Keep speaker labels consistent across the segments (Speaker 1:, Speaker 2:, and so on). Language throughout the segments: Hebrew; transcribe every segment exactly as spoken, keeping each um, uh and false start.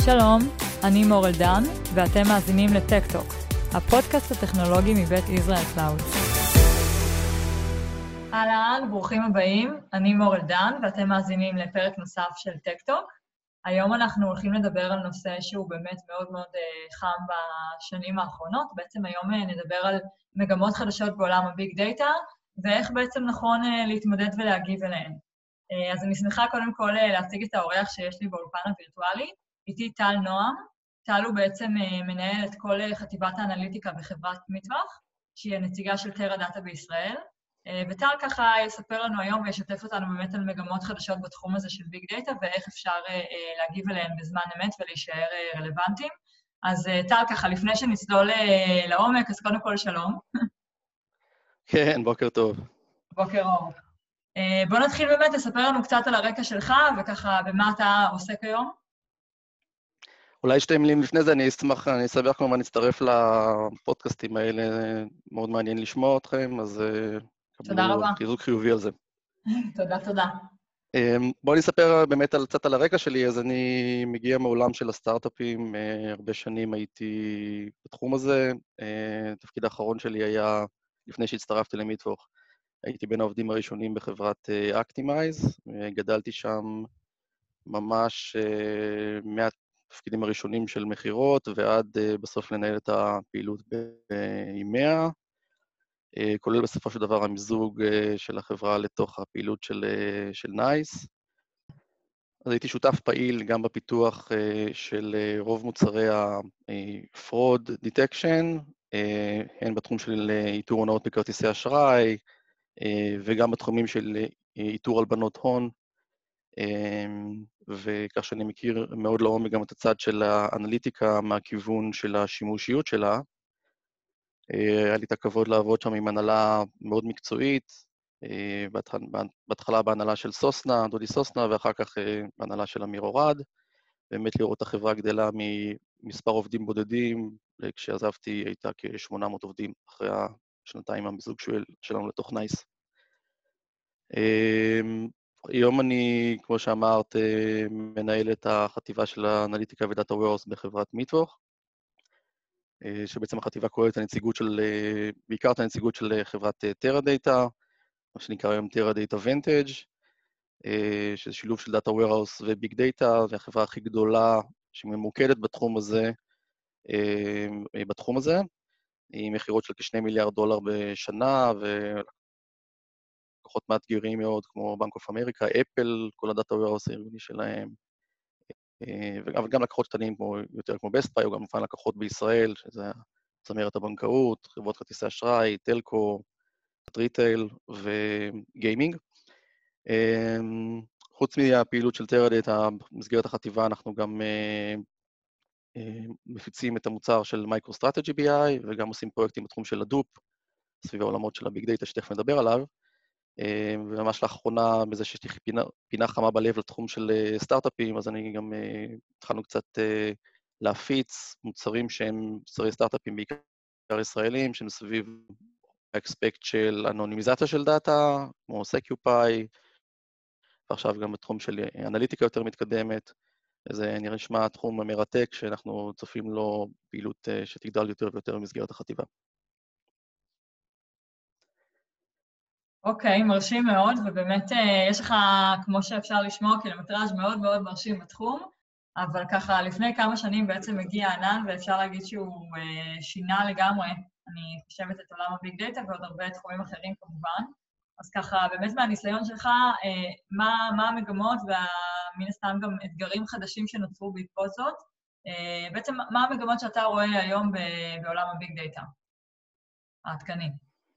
Speaker 1: שלום, אני מור אלדן, ואתם מאזינים לטק-טוק, הפודקאסט הטכנולוגי מבית ישראל קלאוד. אהלן, ברוכים הבאים, אני מור אלדן, ואתם מאזינים לפרק נוסף של טק-טוק. היום אנחנו הולכים לדבר על נושא שהוא באמת מאוד מאוד חם בשנים האחרונות. בעצם היום נדבר על מגמות חדשות בעולם הביג דאטה, ואיך בעצם נכון להתמודד ולהגיב אליהן. אז אני שמחה קודם כל להציג את האורח שיש לי באולפן הווירטואלי. איתי טל נועם. טל הוא בעצם מנהל את כל חטיבת האנליטיקה בחברת מטווח, שהיא הנציגה של טרה דאטה בישראל. וטל ככה יספר לנו היום וישתף אותנו באמת על מגמות חדשות בתחום הזה של ביג דאטה, ואיך אפשר להגיב אליהן בזמן אמת ולהישאר רלוונטיים. אז טל ככה, לפני שנצלול לעומק, אז קודם כל שלום.
Speaker 2: כן, בוקר טוב.
Speaker 1: בוקר אור. בוא נתחיל באמת לספר לנו קצת על הרקע שלך, וככה במה אתה עוסק היום.
Speaker 2: אולי שתי מילים לפני זה, אני אשמח, אני אשמח כמובן להצטרף לפודקאסטים האלה, מאוד מעניין לשמוע אתכם, אז
Speaker 1: תודה רבה.
Speaker 2: חיזוק חיובי על זה.
Speaker 1: תודה, תודה.
Speaker 2: בואו נספר באמת על, קצת על הרקע שלי, אז אני מגיע מעולם של הסטארט-אפים, הרבה שנים הייתי בתחום הזה, התפקיד האחרון שלי היה, לפני שהצטרפתי למטווח, הייתי בין העובדים הראשונים בחברת Actimize, גדלתי שם ממש מהתפקידים הראשונים של מחירות, ועד בסוף לנהל את הפעילות ב-מאה, כולל בסופו של דבר המיזוג של החברה לתוך הפעילות של, של נייס. אז הייתי שותף פעיל גם בפיתוח של רוב מוצרי ה-fraud detection, הן בתחום של איתור הונאות בכרטיסי אשראי, וגם בתחומים של איתור הלבנות הון, וכך שאני מכיר מאוד לעומק גם את הצד של האנליטיקה מהכיוון של השימושיות שלה. היה לי את הכבוד לעבוד שם עם הנהלה מאוד מקצועית, בהתחלה בהנהלה של סוסנה, דודי סוסנה, ואחר כך בהנהלה של אמיר אורד, באמת לראות את החברה גדלה ממספר עובדים בודדים, כשעזבתי הייתה כ-שמונה מאות עובדים אחרי השנתיים המיזוג שלנו לתוך נייס. היום אני, כמו שאמרת, מנהל את החטיבה של האנליטיקה ודאטה ווירהאוס בחברת מטווח, שבעצם החטיבה כוללת את הנציגות של, בעיקר את הנציגות של חברת טרה דאטה, מה שנקרא היום טרה דאטה ונטג', שזה שילוב של דאטה ווירהאוס וביג דאטה, והחברה הכי גדולה שממוקדת בתחום הזה, בתחום הזה, עם מחירות של כשני מיליארד דולר בשנה, ולקוחות מאתגרים מאוד, כמו בנק אוף אמריקה, אפל, כל הדאטה ווירהאוס הארגוני שלהם, וגם לקוחות קטנים כמו, יותר כמו בסט ביי, או גם לפעמים לקוחות בישראל, שזה צמרת הבנקאות, חברות כרטיסי אשראי, טלקו, ריטייל וגיימינג. חוץ מהפעילות של טרה דאטה, במסגרת החטיבה אנחנו גם מפיצים את המוצר של MicroStrategy בי איי, וגם עושים פרויקטים בתחום של הדופ, סביב העולמות של הביג דאטה שתכף נדבר עליו, וממש לאחרונה, בזה שיש לי פינה, פינה חמה בלב לתחום של סטארט-אפים, אז אני גם התחלנו קצת להפיץ מוצרים שהם מוצרי סטארט-אפים בעיקר ישראלים, שהם סביב האקספקט של אנונימיזציה של דאטה, כמו סקיופיי, ועכשיו גם בתחום של אנליטיקה יותר מתקדמת. זה נראה נשמע תחום מרתק, שאנחנו צופים לו פעילות שתגדל יותר ויותר במסגרת החטיבה.
Speaker 1: אוקיי, מרשים מאוד, ובאמת יש לך, כמו שאפשר לשמוע, קילומטראז' מאוד מאוד מרשים בתחום, אבל ככה לפני כמה שנים בעצם הגיע ענן, ואפשר להגיד שהוא שינה לגמרי, אני חושבת את עולם הביג דאטה ועוד הרבה תחומים אחרים כמובן. אז ככה, באמת מהניסיון שלך, מה, מה המגמות ומן הסתם גם אתגרים חדשים שנוצרו בעקבות זאת, בעצם מה המגמות שאתה רואה היום בעולם הביג דאטה העדכני?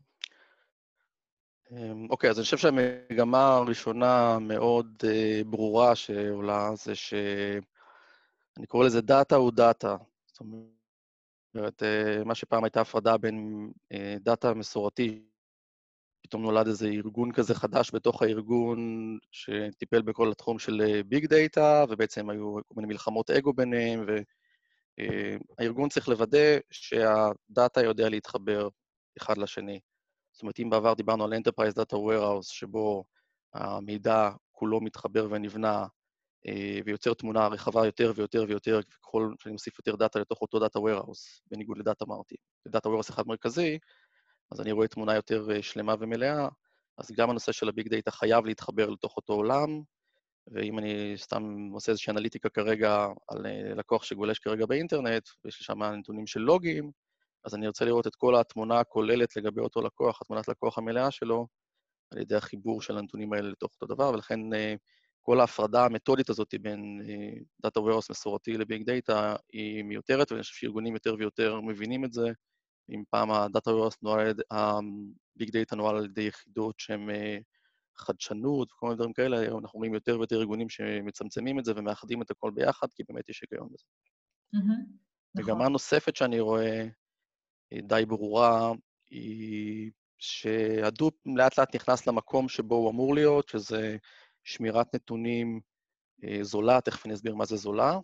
Speaker 2: אוקיי, אז אני חושב שהמגמה הראשונה מאוד ברורה שעולה זה שאני קורא לזה דאטה הוא דאטה. זאת אומרת, מה שפעם הייתה הפרדה בין דאטה מסורתי, פתאום נולד איזה ארגון כזה חדש בתוך הארגון שטיפל בכל התחום של ביג דאטה, ובעצם היו כל מיני מלחמות אגו ביניהם, והארגון צריך לוודא שהדאטה יודע להתחבר אחד לשני. זאת אומרת, אם בעבר דיברנו על Enterprise Data Warehouse, שבו המידע כולו מתחבר ונבנה ויוצר תמונה רחבה יותר ויותר ויותר, ככל שאני מוסיף יותר דאטה לתוך אותו דאטה warehouse, בניגוד לדאטה אמרתי. לדאטה warehouse אחד מרכזי, אז אני רואה תמונה יותר שלמה ומלאה, אז גם הנושא של הביג דאטה חייב להתחבר לתוך אותו עולם, ואם אני סתם עושה איזושהי אנליטיקה כרגע על לקוח שגולש כרגע באינטרנט, ויש לי שם נתונים של לוגים, אז אני רוצה לראות את כל התמונה הכוללת לגבי אותו לקוח, התמונת לקוח המלאה שלו, על ידי החיבור של הנתונים האלה לתוך אותו דבר, ולכן כל ההפרדה המתודית הזאת בין דאטה warehouse מסורתי לביג דאטה היא מיותרת, ואני חושב שארגונים יותר ויותר מבינים את זה. אם פעם הדאטה warehouse נועד, הביג דאטה נועד על ידי יחידות שהן חדשנות וכל מיני דברים כאלה, היום אנחנו רואים יותר ויותר ארגונים שמצמצמים את זה ומאחדים את הכל ביחד, כי באמת יש היגיון בזה. מגמה נוספת שאני רואה די ברורה, היא שהדופ לאט לאט נכנס למקום שבו הוא אמור להיות, שזה שמירת נתונים זולה, תכף אני אסביר מה זה זולה,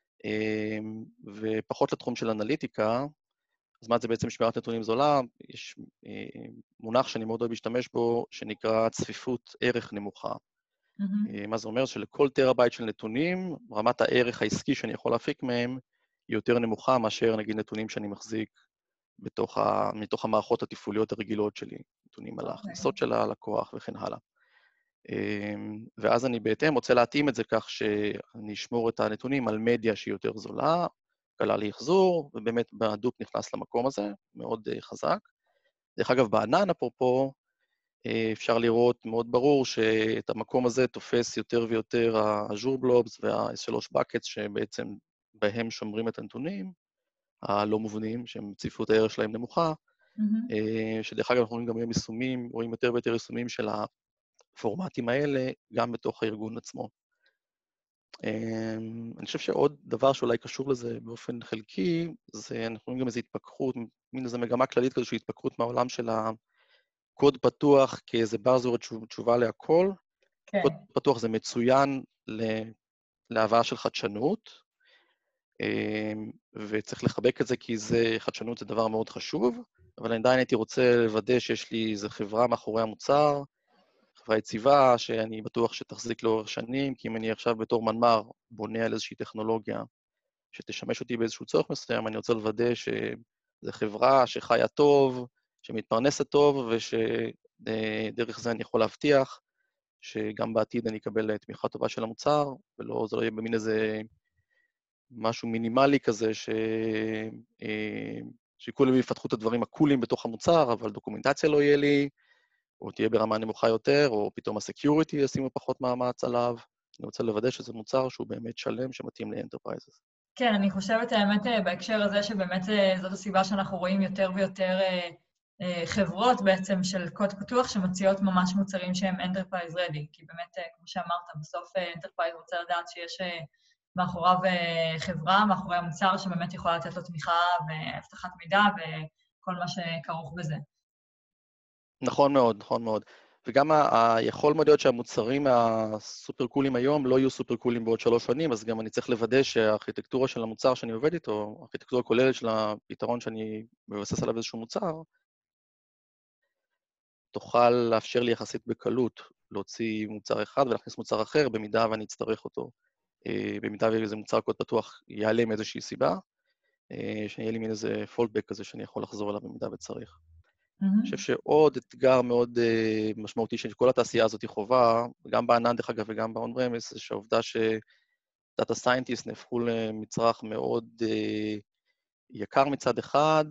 Speaker 2: ופחות לתחום של אנליטיקה. אז מה זה בעצם שמירת נתונים זולה? יש מונח שאני מאוד אוהב להשתמש בו, שנקרא צפיפות ערך נמוכה. Mm-hmm. מה זה אומר? שלכל טראבייט של נתונים, רמת הערך העסקי שאני יכול להפיק מהם, היא יותר נמוכה מאשר נגיד נתונים שאני מחזיק בתוך ה... מתוך המערכות התפעוליות הרגילות שלי, נתונים על ההכנסות של הלקוח וכן הלאה. ואז אני בהתאם רוצה להתאים את זה כך שאני אשמור את הנתונים על מדיה שהיא יותר זולה, קלה להחזור, ובאמת הדופ נכנס למקום הזה, מאוד חזק. דרך אגב, בענן אפרופו, אפשר לראות מאוד ברור שאת המקום הזה תופס יותר ויותר ה-Azure Blobs וה-אס שלוש Buckets, שבעצם בהם שומרים את הנתונים, הלא מובנים, שהם ציפות הערך שלהם נמוכה, mm-hmm. שדרך אגב אנחנו רואים גם היום יישומים, רואים יותר ויותר יישומים של הפורמטים האלה, גם בתוך הארגון עצמו. אני חושב שעוד דבר שאולי קשור לזה באופן חלקי, זה אנחנו רואים גם איזו התפכחות, מין איזו מגמה כללית כזו של התפכחות מהעולם של הקוד פתוח כאיזה באזוורד תשובה להכל. כן. קוד פתוח זה מצוין להבאה של חדשנות, וצריך לחבק את זה כי זה, חדשנות זה דבר מאוד חשוב, אבל עדיין הייתי רוצה לוודא שיש לי איזו חברה מאחורי המוצר, חברה יציבה, שאני בטוח שתחזיק לאורך שנים, כי אם אני עכשיו בתור מנמ"ר בונה על איזושהי טכנולוגיה שתשמש אותי באיזשהו צורך מסוים, אני רוצה לוודא שזו חברה שחיה טוב, שמתפרנסת טוב, ושדרך זה אני יכול להבטיח שגם בעתיד אני אקבל תמיכה טובה של המוצר, ולא, זה לא יהיה במין איזה משהו מינימלי כזה, ש... שכולם יפתחו את הדברים הקולים בתוך המוצר, אבל דוקומנטציה לא יהיה לי, או תהיה ברמה נמוכה יותר, או פתאום הסקיוריטי ישימו פחות מאמץ עליו. אני רוצה לוודא שזה מוצר שהוא באמת שלם, שמתאים לאנטרפרייזס.
Speaker 1: כן, אני חושבת האמת בהקשר הזה, שבאמת זאת הסיבה שאנחנו רואים יותר ויותר חברות בעצם של קוד פתוח, שמציעות ממש מוצרים שהם enterprise ready, כי באמת, כמו שאמרת, בסוף enterprise רוצה לדעת שיש מאחוריו חברה, מאחורי המוצר, שבאמת יכולה לתת לו תמיכה והבטחת מידע וכל מה שכרוך בזה.
Speaker 2: נכון מאוד, נכון מאוד. וגם היכול מאוד להיות שהמוצרים הסופר קולים היום לא יהיו סופר קולים בעוד שלוש שנים, אז גם אני צריך לוודא שהארכיטקטורה של המוצר שאני עובד איתו, הארכיטקטורה הכוללת של הפתרון שאני מבסס עליו איזשהו מוצר, תוכל לאפשר לי יחסית בקלות להוציא מוצר אחד ולהכניס מוצר אחר, במידה ואני אצטרך אותו. במידה ואיזה מוצר קוד פתוח יעלה מאיזושהי סיבה, שיהיה לי מין איזה פולטבק כזה שאני יכול לחזור אליו במידה וצריך. אני חושב שעוד אתגר מאוד משמעותי שכל התעשייה הזאת היא חובה, גם בענן דרך אגב וגם ב-on-premise, זה שהעובדה שדאטה סיינטיסט נהפכו למצרך מאוד יקר מצד אחד,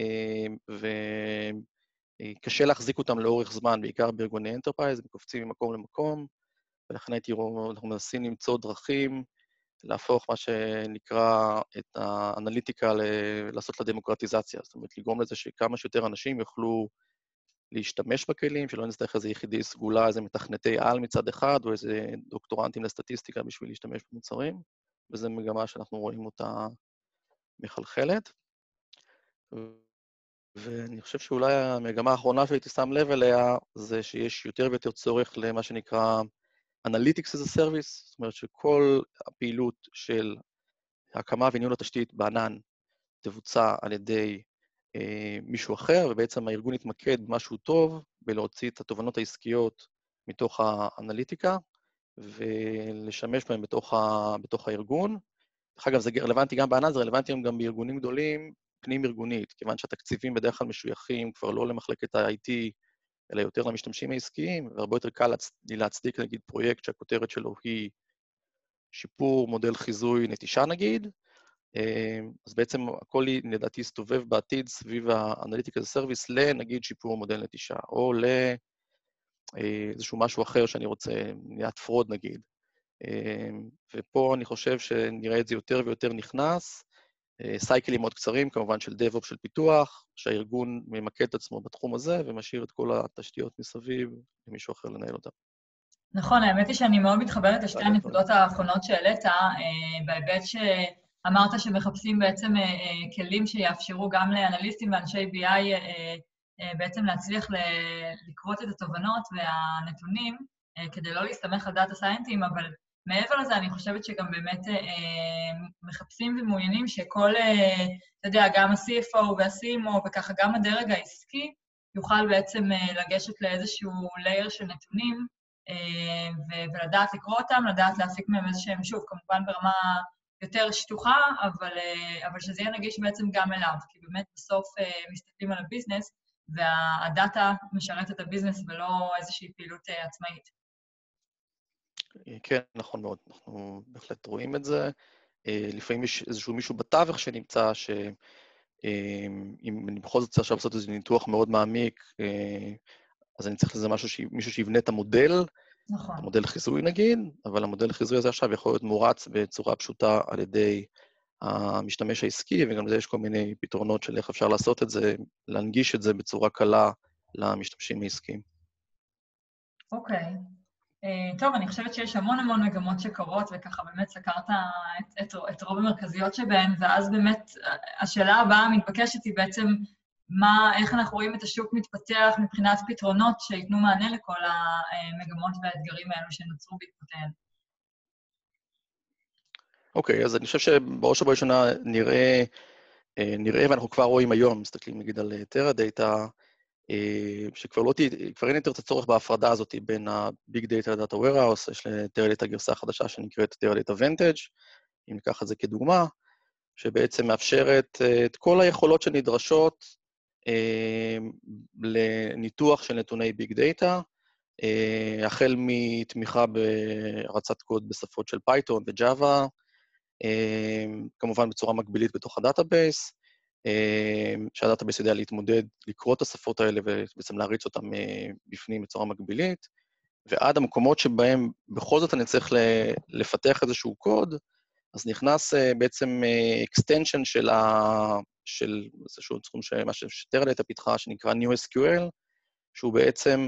Speaker 2: וקשה להחזיק אותם לאורך זמן, בעיקר בארגוני אנטרפרייז, הם קופצים ממקום למקום, ולכן הייתי רואה, אנחנו מנסים למצוא דרכים, להפוך מה שנקרא את האנליטיקה, לעשות לה דמוקרטיזציה, זאת אומרת, לגרום לזה שכמה שיותר אנשים יוכלו להשתמש בכלים, שלא נצטרך איזה יחידי סגולה, איזה מתכנתי על מצד אחד, או איזה דוקטורנטים לסטטיסטיקה בשביל להשתמש במוצרים, וזו מגמה שאנחנו רואים אותה מחלחלת. ואני חושב שאולי המגמה האחרונה שהייתי שם לב אליה, זה שיש יותר ויותר צורך למה שנקרא Analytics as a Service, זאת אומרת שכל הפעילות של הקמה וניהול התשתית בענן תבוצע על ידי אה, מישהו אחר, ובעצם הארגון יתמקד במשהו טוב, בלהוציא את התובנות העסקיות מתוך האנליטיקה, ולשמש בהם בתוך, ה, בתוך הארגון. דרך אגב, זה רלוונטי גם בענן, זה רלוונטי גם בארגונים גדולים, פנים-ארגונית, כיוון שהתקציבים בדרך כלל משויכים כבר לא למחלקת ה-איי טי, אלא יותר למשתמשים העסקיים, והרבה יותר קל לי להצדיק, נגיד, פרויקט שהכותרת שלו היא שיפור מודל חיזוי נטישה, נגיד, אז בעצם הכל לדעתי יסתובב בעתיד סביב האנליטיקה זה סרוויס לנגיד שיפור מודל נטישה, או לאיזשהו משהו אחר שאני רוצה, מניעת פרוד נגיד. ופה אני חושב שנראה את זה יותר ויותר נכנס, סייקלים מאוד קצרים, כמובן של DevOps של פיתוח, שהארגון ממקד את עצמו בתחום הזה ומשאיר את כל התשתיות מסביב למישהו אחר לנהל אותם.
Speaker 1: נכון, האמת היא שאני מאוד מתחברת לשתי הנקודות האחרונות שהעלית, בהיבט שאמרת שמחפשים בעצם כלים שיאפשרו גם לאנליסטים ואנשי בי איי בעצם להצליח לקרות את התובנות והנתונים, כדי לא להסתמך על דאטה סיינטים, אבל מעבר לזה אני חושבת שגם באמת מחפשים ומעוניינים שכל, אתה יודע, גם ה-סי אף או וה-סי אם או וככה גם הדרג העסקי יוכל בעצם לגשת לאיזשהו לייר של נתונים, ולדעת לקרוא אותם, לדעת להפיק מהם איזשהם, שוב, כמובן ברמה יותר שטוחה, אבל, אבל שזה יהיה נגיש בעצם גם אליו, כי באמת בסוף מסתכלים על הביזנס, והדאטה משרת את הביזנס ולא איזושהי פעילות עצמאית.
Speaker 2: כן, נכון מאוד, אנחנו בהחלט רואים את זה. לפעמים יש איזשהו מישהו בתווך שנמצא, שאם אני בכל זאת צריך עכשיו לעשות איזה ניתוח מאוד מעמיק, אז אני צריך לזה משהו ש... מישהו שיבנה את המודל,
Speaker 1: נכון.
Speaker 2: המודל חיזוי נגיד, אבל המודל חיזוי הזה עכשיו יכול להיות מורץ בצורה פשוטה על ידי המשתמש העסקי, וגם לזה יש כל מיני פתרונות של איך אפשר לעשות את זה, להנגיש את זה בצורה קלה למשתמשים העסקיים.
Speaker 1: אוקיי. טוב, אני חושבת שיש המון המון מגמות שקורות, וככה באמת סקרת את, את, את רוב המרכזיות שבהן, ואז באמת השאלה הבאה המתבקשת היא בעצם מה, איך אנחנו רואים את השוק מתפתח מבחינת פתרונות שיתנו מענה לכל המגמות והאתגרים האלו שנוצרו בעקבותיהן.
Speaker 2: אוקיי, אז אני חושב שבראש ובראשונה נראה, נראה, ואנחנו כבר רואים היום, מסתכלים נגיד על טרה-דאטה, שכבר לא, כבר אין יותר את הצורך בהפרדה הזאת בין ה-Big Data ל-Data Warehouse, יש לטרה-דאטה גרסה חדשה שנקראת טרה-דאטה Vantage, אם ניקח את זה כדוגמה, שבעצם מאפשרת את כל היכולות שנדרשות לניתוח של נתוני Big Data, החל מתמיכה בהרצת קוד בשפות של פייתון וג'אווה, כמובן בצורה מקבילית בתוך הדאטאבייס, שהדאטאבייס יודע להתמודד, לקרוא את השפות האלה ובעצם להריץ אותם בפנים בצורה מקבילית, ועד המקומות שבהם בכל זאת אני צריך לפתח איזשהו קוד, אז נכנס בעצם extension של ה... של איזשהו תחום שמה שטרה-דאטה פיתחה, שנקרא NewSQL, שהוא בעצם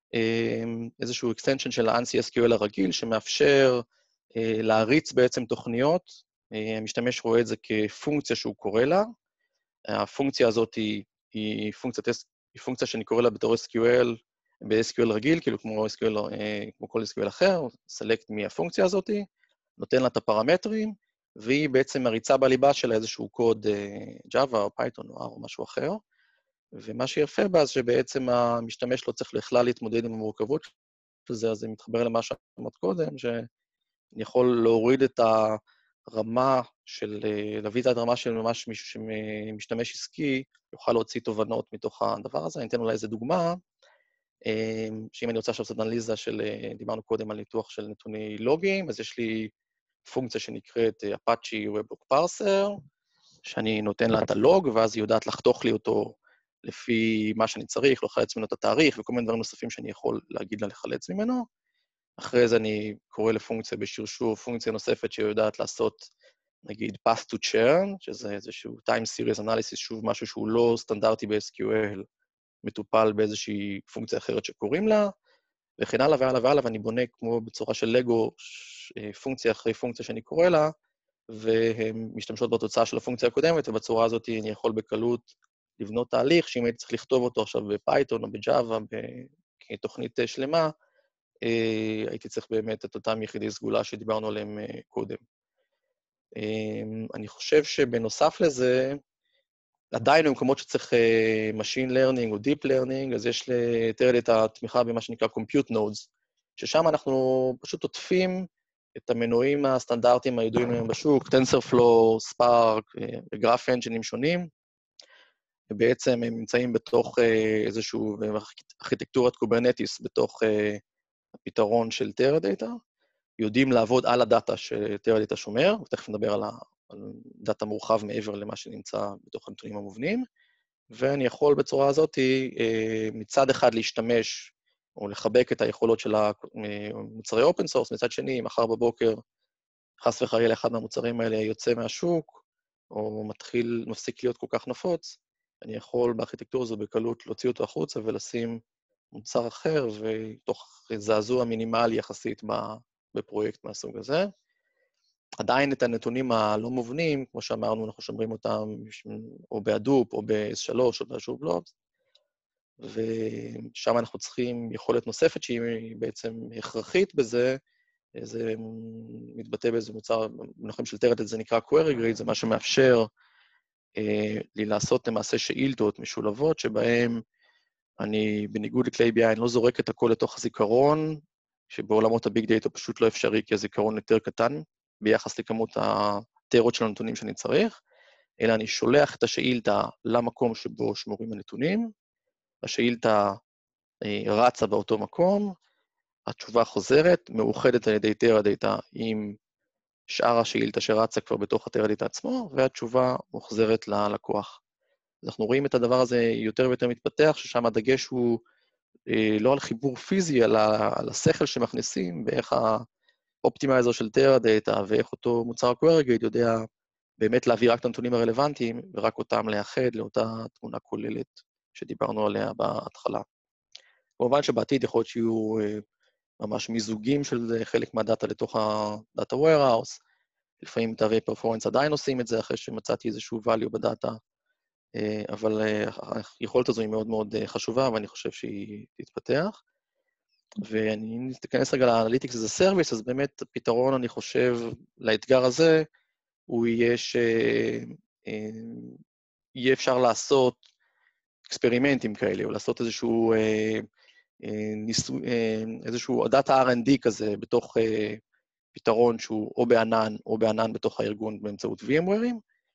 Speaker 2: איזשהו extension של ה-אנסי אס קיו אל הרגיל, שמאפשר להריץ בעצם תוכניות, המשתמש רואה את זה כפונקציה שהוא קורא לה, הפונקציה הזאת היא, היא, פונקציה, היא פונקציה שאני קורא לה בתור אס קיו אל, ב-אס קיו אל רגיל, כאילו כמו, אס קיו אל, כמו כל אס קיו אל אחר, סלקט מהפונקציה הזאת, נותן לה את הפרמטרים, והיא בעצם מריצה בליבה שלה איזשהו קוד Java או Python או R או משהו אחר, ומה שיפה בה זה שבעצם המשתמש לא צריך בכלל להתמודד עם המורכבות של זה, אז זה מתחבר למה שאמרת קודם, שאני יכול להוריד את הרמה של, להביא את הרמה של ממש מישהו שמשתמש עסקי, יוכל להוציא תובנות מתוך הדבר הזה. אני אתן אולי איזו דוגמה, שאם אני רוצה עכשיו לעשות אנליזה של, דיברנו קודם על ניתוח של נתוני לוגים, אז יש לי פונקציה שנקראת Apache Webhook Parser, שאני נותן לה את הלוג, ואז היא יודעת לחתוך לי אותו לפי מה שאני צריך, לחלץ ממנו את התאריך, וכל מיני דברים נוספים שאני יכול להגיד לה לחלץ ממנו. אחרי זה אני קורא לפונקציה בשרשור, פונקציה נוספת שיודעת לעשות, נגיד, path to churn, שזה איזשהו time series analysis, שוב משהו שהוא לא סטנדרטי ב-אס קיו אל, מטופל באיזושהי פונקציה אחרת שקוראים לה, וכן הלאה והלאה והלאה, ואני בונה כמו בצורה של לגו, פונקציה אחרי פונקציה שאני קורא לה, והן משתמשות בתוצאה של הפונקציה הקודמת, ובצורה הזאת אני יכול בקלות לבנות תהליך, שאם הייתי צריך לכתוב אותו עכשיו בפייתון או בג'אווה, כתוכנית שלמה, הייתי צריך באמת את אותם יחידי סגולה שדיברנו עליהם קודם. אני חושב שבנוסף לזה, עדיין במקומות שצריך Machine Learning או Deep Learning, אז יש לתרד את התמיכה במה שנקרא Compute Nodes, ששם אנחנו פשוט עוטפים את המנועים הסטנדרטיים הידועים היום בשוק, TensorFlow, Spark וגרף אנג'ינים שונים, ובעצם הם נמצאים בתוך איזשהו ארכיטקטורת קוברנטיס, בתוך הפתרון של Teradata, יודעים לעבוד על הדאטה שTeradata שומר, ותכף נדבר על דאטה מורחב מעבר למה שנמצא בתוך הנתונים המובנים, ואני יכול בצורה הזאת מצד אחד להשתמש או לחבק את היכולות של המוצרי אופן סורס, מצד שני, מחר בבוקר, חס וחלילה אחד מהמוצרים האלה יוצא מהשוק, או מתחיל, מפסיק להיות כל כך נפוץ, אני יכול בארכיטקטורה הזו בקלות להוציא אותו החוצה ולשים מוצר אחר, ותוך זעזוע מינימלי יחסית בפרויקט מהסוג הזה. עדיין את הנתונים הלא מובנים, כמו שאמרנו, אנחנו שומרים אותם או בהדופ, או ב-אס שלוש, או באז'ור בלובס, ושם אנחנו צריכים יכולת נוספת שהיא בעצם הכרחית בזה, זה מתבטא באיזה מוצר, במונחים של Teradata זה נקרא query grid, זה מה שמאפשר אה, לי לעשות למעשה שאילתות משולבות, שבהם אני בניגוד לכלי בי איי, אני לא זורק את הכל לתוך הזיכרון, שבעולמות הביג דאטה פשוט לא אפשרי, כי הזיכרון יותר קטן, ביחס לכמות הטרות של הנתונים שאני צריך, אלא אני שולח את השאילתה למקום שבו שמורים הנתונים, השאילתה אה, רצה באותו מקום, התשובה חוזרת, מאוחדת על ידי Teradata עם שאר השאילתה שרצה כבר בתוך ה-Teradata עצמו, והתשובה מוחזרת ללקוח. אנחנו רואים את הדבר הזה יותר ויותר מתפתח, ששם הדגש הוא אה, לא על חיבור פיזי, אלא על השכל שמכניסים, ואיך האופטימייזר של Teradata, ואיך אותו מוצר query grid יודע באמת להביא רק את הנתונים הרלוונטיים, ורק אותם לאחד לאותה תמונה כוללת שדיברנו עליה בהתחלה. כמובן שבעתיד יכול להיות שיהיו אה, ממש מיזוגים של חלק מהדאטה לתוך ה-Data Warehouse, לפעמים תאבי פרפורמנס עדיין עושים את זה, אחרי שמצאתי איזשהו value בדאטה, אבל היכולת הזו היא מאוד מאוד חשובה, ואני חושב שהיא תתפתח. ואני אתכנס רגע לאנליטיקס as a service, אז באמת הפתרון, אני חושב, לאתגר הזה, הוא יהיה שיהיה אפשר לעשות אקספרימנטים כאלה, או לעשות איזשהו איזשהו דאטה אר אנד די כזה, בתוך פתרון שהוא או בענן, או בענן בתוך הארגון באמצעות VMware'ים,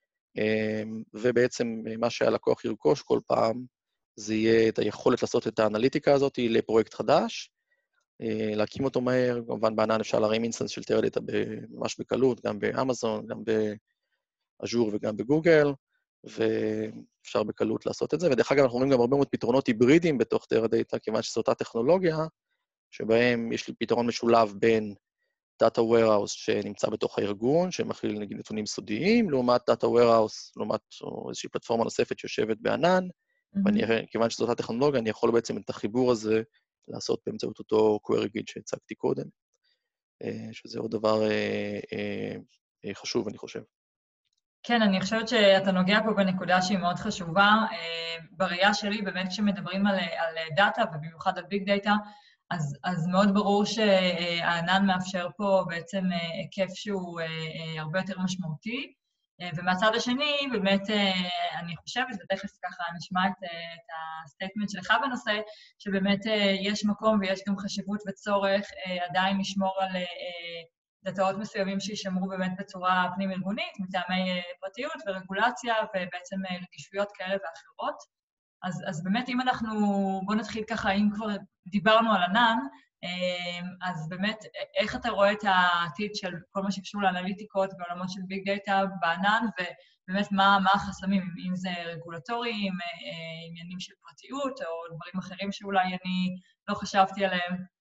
Speaker 2: ובעצם מה שהלקוח ירכוש כל פעם, זה יהיה את היכולת לעשות את האנליטיקה הזאת לפרויקט חדש, להקים אותו מהר, כמובן בענן אפשר להרים אינסטנס של Teradata ממש בקלות, גם באמזון, גם באז'ור וגם בגוגל, ואפשר בקלות לעשות את זה, ודרך אגב אנחנו רואים גם הרבה מאוד פתרונות היברידיים בתוך Teradata, כיוון שזו אותה טכנולוגיה, שבהם יש לי פתרון משולב בין Data Warehouse שנמצא בתוך הארגון, שמכיל נגיד נתונים סודיים, לעומת Data Warehouse, לעומת איזושהי פלטפורמה נוספת שיושבת בענן, mm-hmm. וכיוון שזו אותה טכנולוגיה, אני יכול בעצם את החיבור הזה לעשות באמצעות אותו query grid שהצגתי קודם, שזה עוד דבר חשוב, אני חושב.
Speaker 1: כן, אני חושבת שאתה נוגע פה בנקודה שהיא מאוד חשובה. בראייה שלי, באמת כשמדברים על, על דאטה, ובמיוחד על ביג דאטה, אז, אז מאוד ברור שהענן מאפשר פה בעצם היקף שהוא הרבה יותר משמעותי, ומהצד השני, באמת, אני חושבת, ותכף ככה נשמע את, את הסטייטמנט שלך בנושא, שבאמת יש מקום ויש גם חשיבות וצורך עדיין לשמור על דאטאות מסוימים שישמרו באמת בצורה פנים-ארגונית, מטעמי פרטיות ורגולציה, ובעצם רגישויות כאלה ואחרות. אז, אז באמת, אם אנחנו, בוא נתחיל ככה, אם כבר דיברנו על ענן, אז באמת, איך אתה רואה את העתיד של כל מה שקשור לאנליטיקות בעולמות של ביג דאטה בענן, ובאמת מה, מה החסמים, אם זה רגולטוריים, עניינים של פרטיות, או דברים אחרים שאולי אני לא חשבתי עליהם?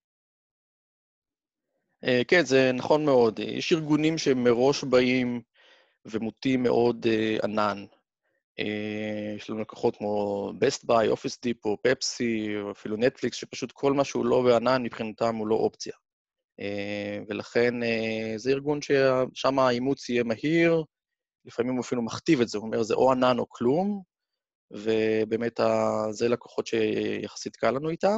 Speaker 2: כן, זה נכון מאוד. יש ארגונים שמראש באים ומוטים מאוד ענן. יש לנו לקוחות כמו Best Buy, Office Depot, Pepsi, או אפילו Netflix, שפשוט כל מה שהוא לא בענן, מבחינתם הוא לא אופציה. ולכן זה ארגון ששם האימוץ יהיה מהיר, לפעמים הוא אפילו מכתיב את זה, הוא אומר, זה או ענן או כלום, ובאמת זה לקוחות שיחסית קל לנו איתם.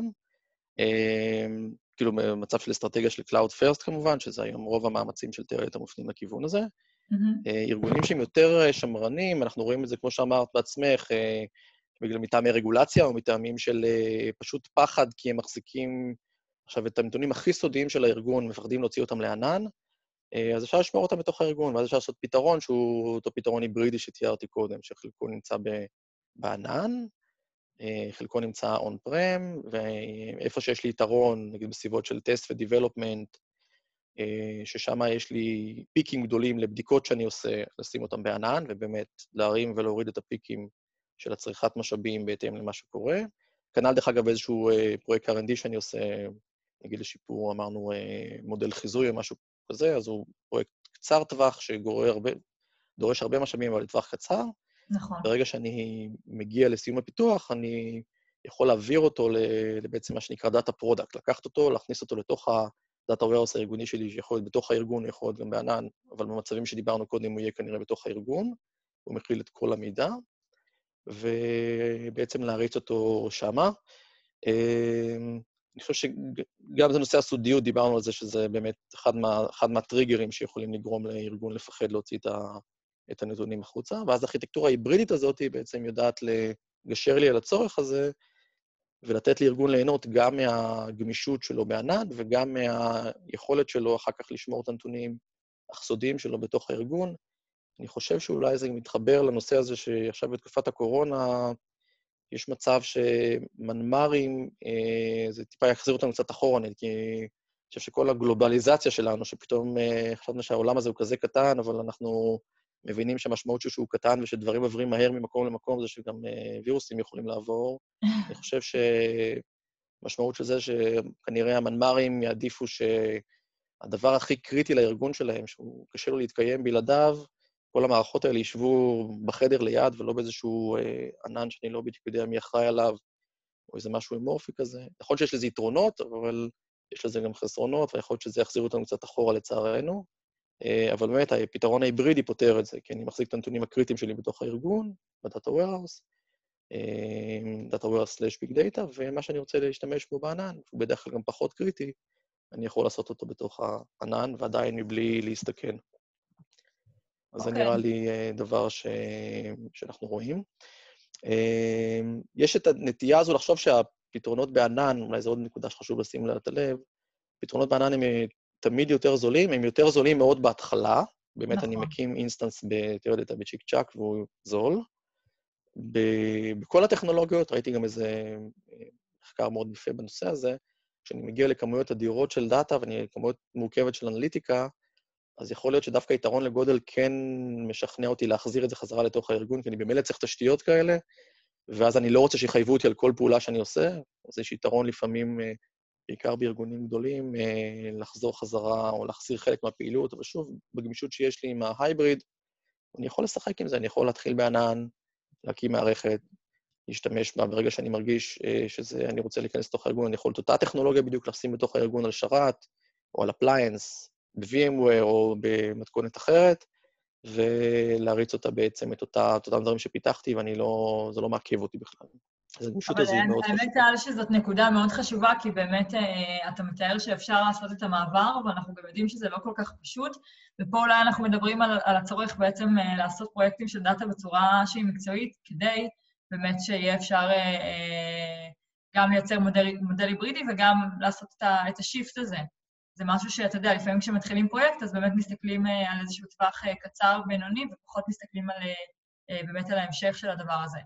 Speaker 2: כאילו במצב של אסטרטגיה של Cloud First כמובן, שזה היום רוב המאמצים של Teradata מופנים לכיוון הזה. Mm-hmm. ארגונים שהם יותר שמרנים, אנחנו רואים את זה, כמו שאמרת בעצמך, בגלל מטעמי רגולציה, או מטעמים של פשוט פחד, כי הם מחזיקים עכשיו, את הנתונים הכי סודיים של הארגון, מפחדים להוציא אותם לענן, אז אפשר לשמור אותם בתוך הארגון, ואז אפשר לעשות פתרון שהוא אותו פתרון היברידי שתיארתי קודם, שחלקו נמצא בענן, חלקו נמצא on-prem, ואיפה שיש לי יתרון, נגיד בסביבות של טסט ו-development, ששם יש לי פיקים גדולים לבדיקות שאני עושה, לשים אותם בענן, ובאמת להרים ולהוריד את הפיקים של הצריכת משאבים בהתאם למה שקורה. כנ"ל דרך אגב איזשהו פרויקט אר אנד די שאני עושה, נגיד לשיפור, אמרנו, מודל חיזוי או משהו כזה, אז הוא פרויקט קצר טווח שגורר הרבה, דורש הרבה משאבים, אבל לטווח קצר.
Speaker 1: נכון.
Speaker 2: ברגע שאני מגיע לסיום הפיתוח, אני יכול להעביר אותו לבעצם מה שנקרא דאטה פרודקט, לקחת אותו, להכניס אותו לתוך הדאטה ווירהאוס הארגוני שלי, שיכול להיות בתוך הארגון, יכול להיות גם בענן, אבל במצבים שדיברנו קודם הוא יהיה כנראה בתוך הארגון, הוא מכיל את כל המידע, ובעצם להריץ אותו שמה. אני חושב שגם זה נושא הסודיות, דיברנו על זה שזה באמת אחד, מה, אחד מהטריגרים שיכולים לגרום לארגון לפחד להוציא את, ה, את הנתונים החוצה, ואז הארכיטקטורה ההיברידית הזאת היא בעצם יודעת לגשר לי על הצורך הזה, ולתת לארגון ליהנות גם מהגמישות שלו בענן, וגם מהיכולת שלו אחר כך לשמור את הנתונים הסודיים שלו בתוך הארגון. אני חושב שאולי זה מתחבר לנושא הזה שעכשיו בתקופת הקורונה, יש מצב שמנמ"רים, זה טיפה יחזיר אותנו קצת אחורה, כי אני חושב שכל הגלובליזציה שלנו, שפתאום חשבנו שהעולם הזה הוא כזה קטן, אבל אנחנו מבינים שהמשמעות שהוא קטן ושדברים עוברים מהר ממקום למקום, זה שגם וירוסים יכולים לעבור. אני חושב שמשמעות של זה שכנראה המנמ"רים יעדיפו שהדבר הכי קריטי לארגון שלהם, שהוא קשה לו להתקיים בלעדיו, כל המערכות האלה ישבו בחדר ליד, ולא באיזשהו אה, ענן שאני לא בדיוק יודע מי אחראי עליו, או איזה משהו אמורפי כזה. יכול להיות שיש לזה יתרונות, אבל יש לזה גם חסרונות, ויכול להיות שזה יחזיר אותנו קצת אחורה לצערנו. אה, אבל באמת, הפתרון ההיברידי פותר את זה, כי אני מחזיק את הנתונים הקריטיים שלי בתוך הארגון, בדאטה ווירהאוס, דאטה ווירהאוס סלאש ביג דאטה, ומה שאני רוצה להשתמש בו בענן, הוא בדרך כלל גם פחות קריטי, אני יכול לעשות אותו בתוך הענן, ועדיין מבלי להסתכן. אז זה נראה לי דבר ש... שאנחנו רואים. יש את הנטייה הזו לחשוב שהפתרונות בענן, אולי זו עוד נקודה שחשוב לשים לה את הלב, פתרונות בענן הם תמיד יותר זולים, הם יותר זולים מאוד בהתחלה, באמת נכון. אני מקים אינסטנס בתיאוריה בצ'יק צ'אק והוא זול. בכל הטכנולוגיות, ראיתי גם איזה מחקר מאוד יפה בנושא הזה, כשאני מגיע לכמויות אדירות של דאטה ואני כמויות מורכבת של אנליטיקה, אז יכול להיות שדווקא יתרון לגודל כן משכנע אותי להחזיר את זה חזרה לתוך הארגון, כי אני במילא צריך תשתיות כאלה, ואז אני לא רוצה שיחייבו אותי על כל פעולה שאני עושה, אז יש יתרון לפעמים, בעיקר בארגונים גדולים, לחזור חזרה או להחזיר חלק מהפעילות, אבל שוב, בגמישות שיש לי עם ההייבריד, אני יכול לשחק עם זה, אני יכול להתחיל בענן, להקים מערכת, להשתמש בה, ברגע שאני מרגיש שזה, אני רוצה להיכנס לתוך הארגון, אני יכול את אותה טכנולוגיה בדיוק לשים בתוך הארגון על שרת, או על אפליינס, ב-VMware או במתכונת אחרת, ולהריץ אותה בעצם את אותה, את אותם דברים שפיתחתי, ואני לא, זה לא מעכב אותי בכלל. אז הגמישות הזו היא מאוד חשובה.
Speaker 1: אבל האמת שזאת נקודה מאוד חשובה, כי באמת אתה מתאר שאפשר לעשות את המעבר, ואנחנו גם יודעים שזה לא כל כך פשוט, ופה אולי אנחנו מדברים על, על הצורך בעצם לעשות פרויקטים של דאטה בצורה שהיא מקצועית, כדי באמת שיהיה אפשר גם לייצר מודל, מודל היברידי, וגם לעשות את, ה, את השיפט הזה. זה משהו שאתה יודע, לפעמים כשמתחילים פרויקט, אז באמת מסתכלים על איזשהו טווח קצר בינוני, ופחות מסתכלים על, באמת על ההמשך של הדבר הזה.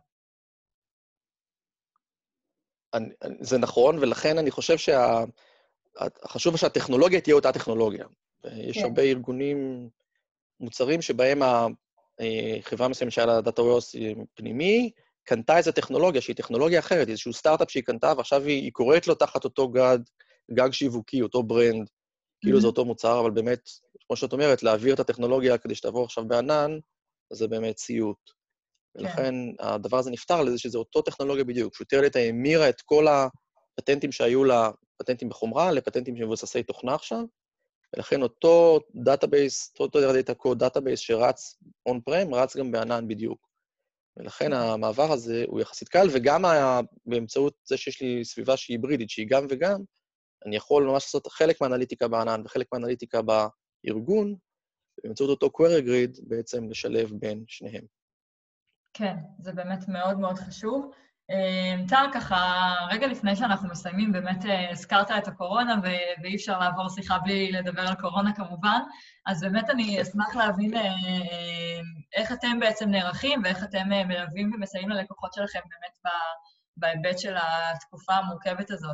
Speaker 2: זה נכון, ולכן אני חושב שהחשוב שהטכנולוגיה תהיה אותה טכנולוגיה. יש הרבה ארגונים מוצרים שבהם החברה מסוימת שהיה לה דאטה ווירהאוס פנימי, קנתה איזו טכנולוגיה שהיא טכנולוגיה אחרת, איזשהו סטארט-אפ שהיא קנתה, ועכשיו היא קוראת לו תחת אותו גג, גג שיווקי, אותו ברנד, כאילו זה אותו מוצר, אבל באמת, כמו שאת אומרת, להעביר את הטכנולוגיה כדי שתעבור עכשיו בענן, אז זה באמת סיוט. ולכן הדבר הזה נפתר על זה שזה אותו טכנולוגיה בדיוק, שהוא יותר לי המירה את כל הפטנטים שהיו לה, פטנטים בחומרה, לפטנטים שמבוססי תוכנה עכשיו, ולכן אותו דאטאבייס, אותו דאטה קוד דאטאבייס שרץ on-prem, רץ גם בענן בדיוק. ולכן המעבר הזה הוא יחסית קל, וגם באמצעות זה שיש לי סביבה שהיא היברידית, שהיא גם וגם, אני יכול ממש לעשות חלק מהאנליטיקה בענן וחלק מהאנליטיקה בארגון, ובאמצעות אותו query grid בעצם לשלב בין שניהם.
Speaker 1: כן, זה באמת מאוד מאוד חשוב. טל, ככה, רגע לפני שאנחנו מסיימים, באמת הזכרת את הקורונה, ו- ואי אפשר לעבור שיחה בלי לדבר על קורונה כמובן, אז באמת אני אשמח להבין אה, אה, איך אתם בעצם נערכים, ואיך אתם אה, מלווים ומסייעים ללקוחות שלכם באמת ב- בהיבט של התקופה המורכבת הזאת.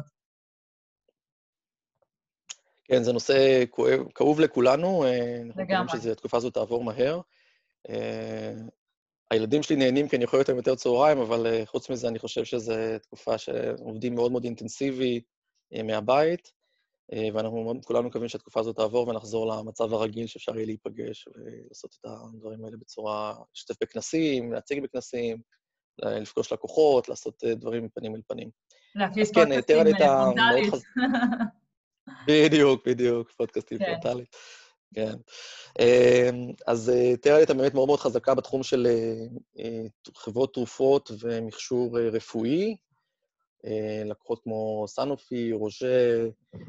Speaker 2: כן, זה נושא כואב, כאוב לכולנו, אה, אנחנו מקווים
Speaker 1: לגמרי.
Speaker 2: שהתקופה הזאת תעבור מהר. אה, הילדים שלי נהנים כי אני יכול יותר יותר צהריים, אבל אה, חוץ מזה אני חושב שזו תקופה שעובדים מאוד מאוד אינטנסיבי אה, מהבית, אה, ואנחנו מאוד- כולנו מקווים שהתקופה הזאת תעבור ונחזור למצב הרגיל שאפשר יהיה להיפגש ולעשות את הדברים האלה בצורה, להשתתף בכנסים, להציג בכנסים, לפגוש לקוחות, לעשות אה, דברים מפנים אל פנים. אז
Speaker 1: להפיס
Speaker 2: כן, תראה לי
Speaker 1: פודקאסטים
Speaker 2: את
Speaker 1: אה,
Speaker 2: המאוד
Speaker 1: פרונטלית.
Speaker 2: חזק. בדיוק, בדיוק, פודקאסטים
Speaker 1: כן.
Speaker 2: פרונטלית. כן. אמ, אז תראה לי הייתה באמת מאוד מאוד חזקה בתחום של אה, אה, חברות תרופות ומכשור אה, רפואי, אה, לקוחות כמו סנופי, רוז'ה,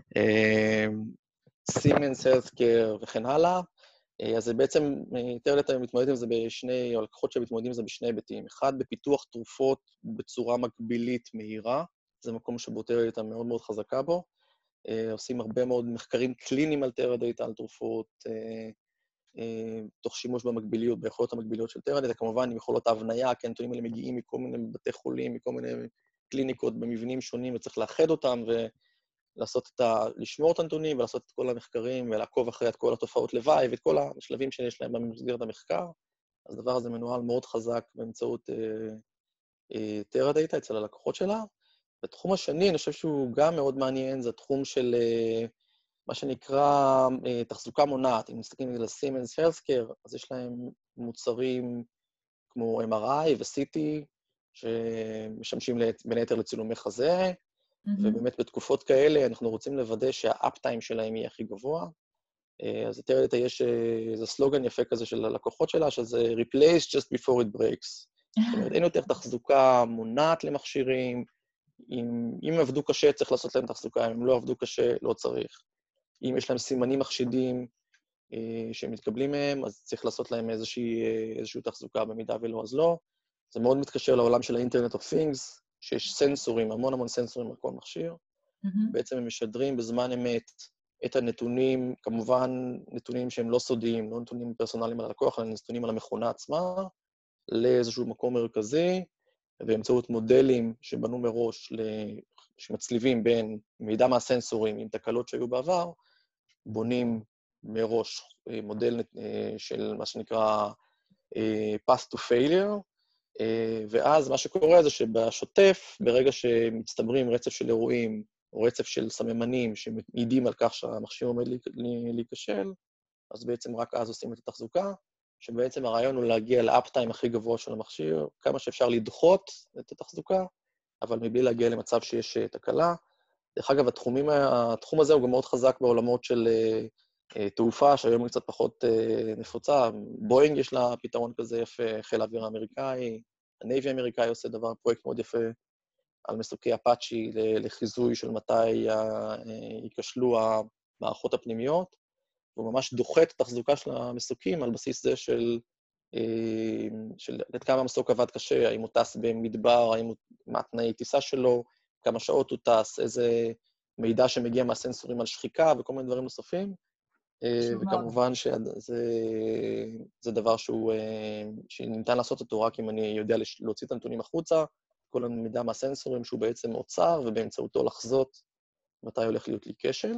Speaker 2: סימנס הרסקר וכן הלאה. אה, אז זה בעצם, תראה לי מתמודד עם זה בשני, או לקוחות שמתמודדים עם זה בשני היבטים. אחד, בפיתוח תרופות בצורה מקבילית מהירה, זה מקום שבו תראה לי הייתה מאוד מאוד חזקה בו. אה, עושים הרבה מאוד מחקרים קליניים על טרה-דאטה, על תרופות, אה, אה, תוך שימוש במקביליות, ביכולות המקביליות של טרה-דאטה, כמובן עם יכולות ההבניה, כי הנתונים האלה מגיעים מכל מיני בתי חולים, מכל מיני קליניקות במבנים שונים, וצריך לאחד אותם ולעשות את ה... לשמור את הנתונים ולעשות את כל המחקרים ולעקוב אחרי את כל התופעות לוואי ואת כל השלבים שיש להם במסגרת המחקר. אז הדבר הזה מנוהל מאוד חזק באמצעות אה, אה, טרה-דאטה אצל הלקוחות שלה. בתחום השני, אני חושב שהוא גם מאוד מעניין, זה התחום של אה, מה שנקרא אה, תחזוקה מונעת. אם מסתכלים על סימנס הרסקר, אז יש להם מוצרים כמו אם אר איי ו-סי טי, שמשמשים בין היתר לצילומי חזה,
Speaker 1: מהמם.
Speaker 2: ובאמת בתקופות כאלה אנחנו רוצים לוודא שהאפ-טיים שלהם יהיה הכי גבוה. אה, אז יותר יותר יש איזה סלוגן יפה כזה של הלקוחות שלה, שזה Replace just before it breaks. זאת אומרת, אין יותר תחזוקה מונעת למכשירים, אם, אם עבדו קשה, צריך לעשות להם תחזוקה, אם הם לא עבדו קשה, לא צריך. אם יש להם סימנים מחשידים אה, שמתקבלים מהם, אז צריך לעשות להם איזושהי, אה, איזושהי תחזוקה, במידה ולא, אז לא. זה מאוד מתקשר לעולם של ה-Internet of Things, שיש סנסורים, המון המון סנסורים על כל מכשיר.
Speaker 1: מהמם.
Speaker 2: בעצם הם משדרים בזמן אמת את הנתונים, כמובן נתונים שהם לא סודיים, לא נתונים פרסונליים על הלקוח, אלא נתונים על המכונה עצמה, לאיזשהו מקום מרכזי, באמצעות מודלים שבנו מראש, שמצליבים בין מידע מהסנסורים עם תקלות שהיו בעבר, בונים מראש מודל של מה שנקרא path to failure, ואז מה שקורה זה שבשוטף, ברגע שמצטברים רצף של אירועים, או רצף של סממנים שמעידים על כך שהמכשיר עומד להיכשל, אז בעצם רק אז עושים את התחזוקה, שבעצם הרעיון הוא להגיע לאפ-טיים הכי גבוה של המכשיר, כמה שאפשר לדחות את התחזוקה, אבל מבלי להגיע למצב שיש תקלה. דרך אגב, התחומים, התחום הזה הוא גם מאוד חזק בעולמות של תעופה, שהיום היא קצת פחות נפוצה. בואינג יש לה פתרון כזה יפה, חיל האוויר האמריקאי, הנייבי האמריקאי עושה דבר, פרויקט מאוד יפה על מסוקי אפאצ'י לחיזוי של מתי ייכשלו המערכות הפנימיות, והוא ממש דוחה את התחזוקה של המסוקים על בסיס זה של, של עד כמה המסוק עבד קשה, האם הוא טס במדבר, האם הוא, מה תנאי טיסה שלו, כמה שעות הוא טס, איזה מידע שמגיע מהסנסורים על שחיקה וכל מיני דברים נוספים.
Speaker 1: חשוב מאוד.
Speaker 2: וכמובן שזה זה דבר שהוא, שניתן לעשות אותו רק אם אני יודע להוציא את הנתונים החוצה, כל המידע מהסנסורים שהוא בעצם אוצר, ובאמצעותו לחזות מתי הולך להיות לי כשל.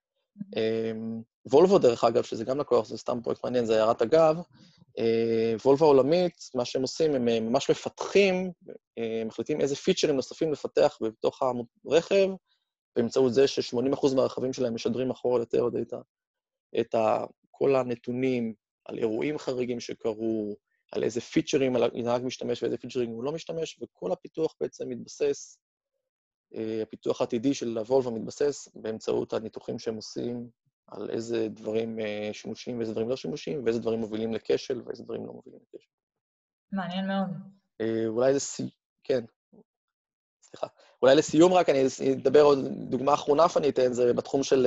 Speaker 2: וולבו, דרך אגב, שזה גם לקוח, זה סתם פרויקט מעניין, זה הערת אגב, וולבו העולמית, מה שהם עושים, הם ממש מפתחים, מחליטים איזה פיצ'רים נוספים לפתח בתוך הרכב, באמצעות זה ש-שמונים אחוז מהרכבים שלהם משדרים אחורה לטרה-דאטה, את כל הנתונים על אירועים חריגים שקרו, על איזה פיצ'רים הנהג משתמש ואיזה פיצ'רים הוא לא משתמש, וכל הפיתוח בעצם מתבסס, הפיתוח העתידי של וולבו מתבסס באמצעות הניתוחים שהם עושים על איזה דברים שימושיים ואיזה דברים לא שימושיים, ואיזה דברים מובילים לכשל ואיזה דברים לא מובילים לכשל.
Speaker 1: מעניין מאוד.
Speaker 2: אולי לסיום, כן, סליחה. אולי לסיום רק, אני אדבר עוד דוגמה אחרונה, אני אתן, זה בתחום של,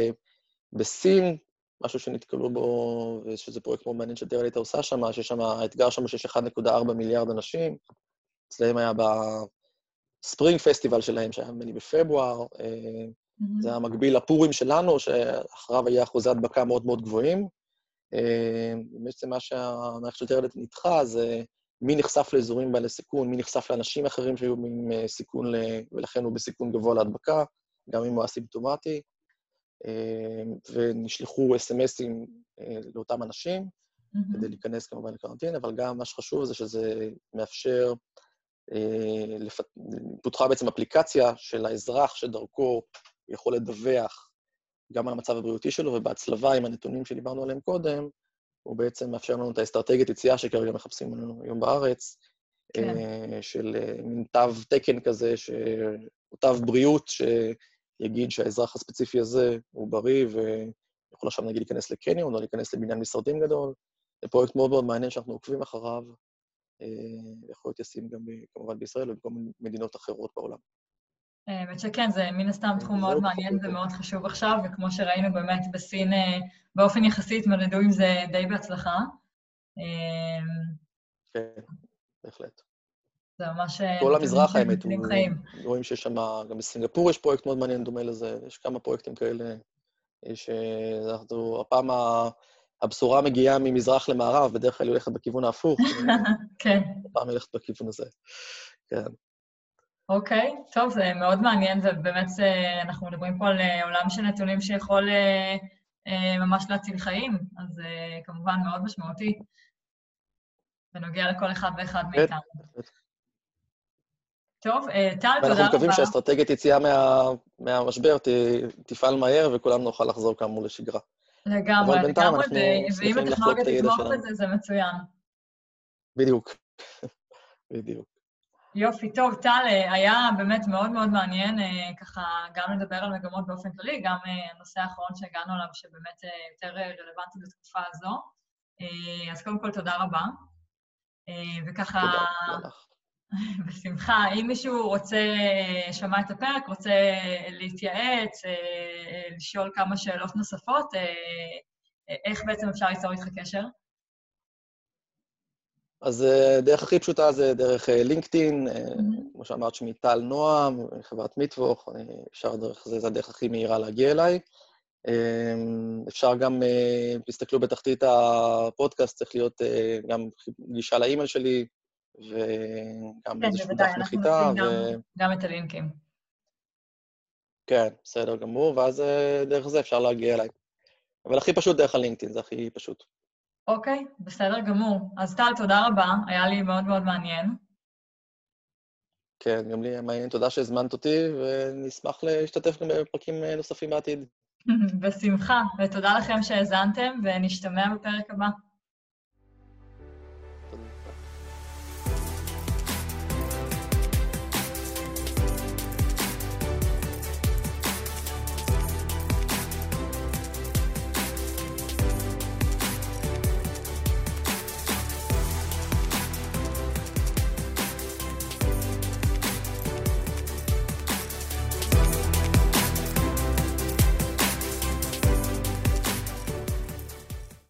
Speaker 2: בסין, משהו שנתקלו בו, ושזה פרויקט מאוד מעניין שטרה-דאטה עושה שם, שיש שם, האתגר שם שיש אחד נקודה ארבע מיליארד אנשים, אצלהם היה
Speaker 3: הספרינג פסטיבל שלהם, שהיה ממני בפברואר, זה המקביל לפורים שלנו, שאחריו היה אחוזי הדבקה מאוד מאוד גבוהים. בעצם מה שהמערכת של טרלט נדחה, זה מי נחשף לאזורים בעלי סיכון, מי נחשף לאנשים אחרים שהיו עם סיכון, ולכן הוא בסיכון גבוה להדבקה, גם אם הוא אסימפטומטי, ונשלחו אס אם אסים לאותם אנשים, כדי להיכנס כמובן לקרנטין, אבל גם מה שחשוב זה שזה מאפשר, פותחה בעצם אפליקציה של האזרח שדרכו יכול לדווח גם על המצב הבריאותי שלו, ובהצלבה עם הנתונים שדיברנו עליהם קודם, הוא בעצם מאפשר לנו את האסטרטגיית יציאה שכרגע מחפשים לנו היום בארץ, כן. של מין תו תקן כזה, או תו בריאות שיגיד שהאזרח הספציפי הזה הוא בריא, ויכול עכשיו נגיד להיכנס לקניון, או להיכנס לבניין משרדים גדול. זה פרויקט מאוד מאוד מעניין שאנחנו עוקבים אחריו, יכול להיות ישים גם כמובן בישראל ובכל מדינות אחרות בעולם.
Speaker 1: האמת שכן, זה מן הסתם תחום מאוד מעניין ומאוד חשוב עכשיו, וכמו שראינו באמת בסין, באופן יחסי התמודדו עם זה די בהצלחה.
Speaker 3: כן, בהחלט.
Speaker 1: זה ממש...
Speaker 3: כל המזרח האמת, רואים שיש שם, גם בסינגפור יש פרויקט מאוד מעניין דומה לזה, יש כמה פרויקטים כאלה, שאנחנו, הפעם הבשורה מגיעה ממזרח למערב, בדרך כלל היא הולכת בכיוון ההפוך.
Speaker 1: כן.
Speaker 3: הפעם היא הולכת בכיוון הזה, כן.
Speaker 1: אוקיי, טוב, זה מאוד מעניין, ובאמת אנחנו מדברים פה על עולם של נתונים שיכול ממש להציל חיים, אז כמובן מאוד משמעותי, ונוגע לכל אחד ואחד מאיתנו. טוב, טל, תודה רבה.
Speaker 3: ואנחנו מקווים שהאסטרטגיית יציאה מהמשבר תפעל מהר, וכולנו נוכל לחזור כאמור לשגרה.
Speaker 1: לגמרי, לגמרי, ואם הטכנולוגיה תתמוך בזה, זה מצוין.
Speaker 3: בדיוק, בדיוק.
Speaker 1: יופי, טוב, טל, היה באמת מאוד מאוד מעניין, ככה גם לדבר על מגמות באופן כללי, גם הנושא האחרון שהגענו עליו, שבאמת יותר רלוונטי בתקופה הזו. אז קודם כל, תודה רבה. וככה...
Speaker 3: תודה לך.
Speaker 1: בשמחה, אם מישהו רוצה, שמע את הפרק, רוצה להתייעץ, לשאול כמה שאלות נוספות, איך בעצם אפשר ליצור איתך קשר?
Speaker 3: אז דרך הכי פשוטה זה דרך לינקדאין, כמו שאמרת שמי טל נועם, חברת מיטווך, אפשר דרך זה, זה הדרך הכי מהירה להגיע אליי. אפשר גם, תסתכלו בתחתית הפודקאסט, צריך להיות גם גישה לאימייל שלי, וגם איזשהו דף נחיתה.
Speaker 1: גם את הלינקים.
Speaker 3: כן, בסדר גמור, ואז דרך זה אפשר להגיע אליי. אבל הכי פשוט דרך הלינקדאין, זה הכי פשוט.
Speaker 1: אוקיי, בסדר גמור. אז טל, תודה רבה, היה לי מאוד מאוד מעניין.
Speaker 3: כן, גם לי מעניין, תודה שהזמנת אותי, ונשמח להשתתף גם בפרקים נוספים בעתיד.
Speaker 1: בשמחה, ותודה לכם שהאזנתם, ונשתמע בפרק הבא.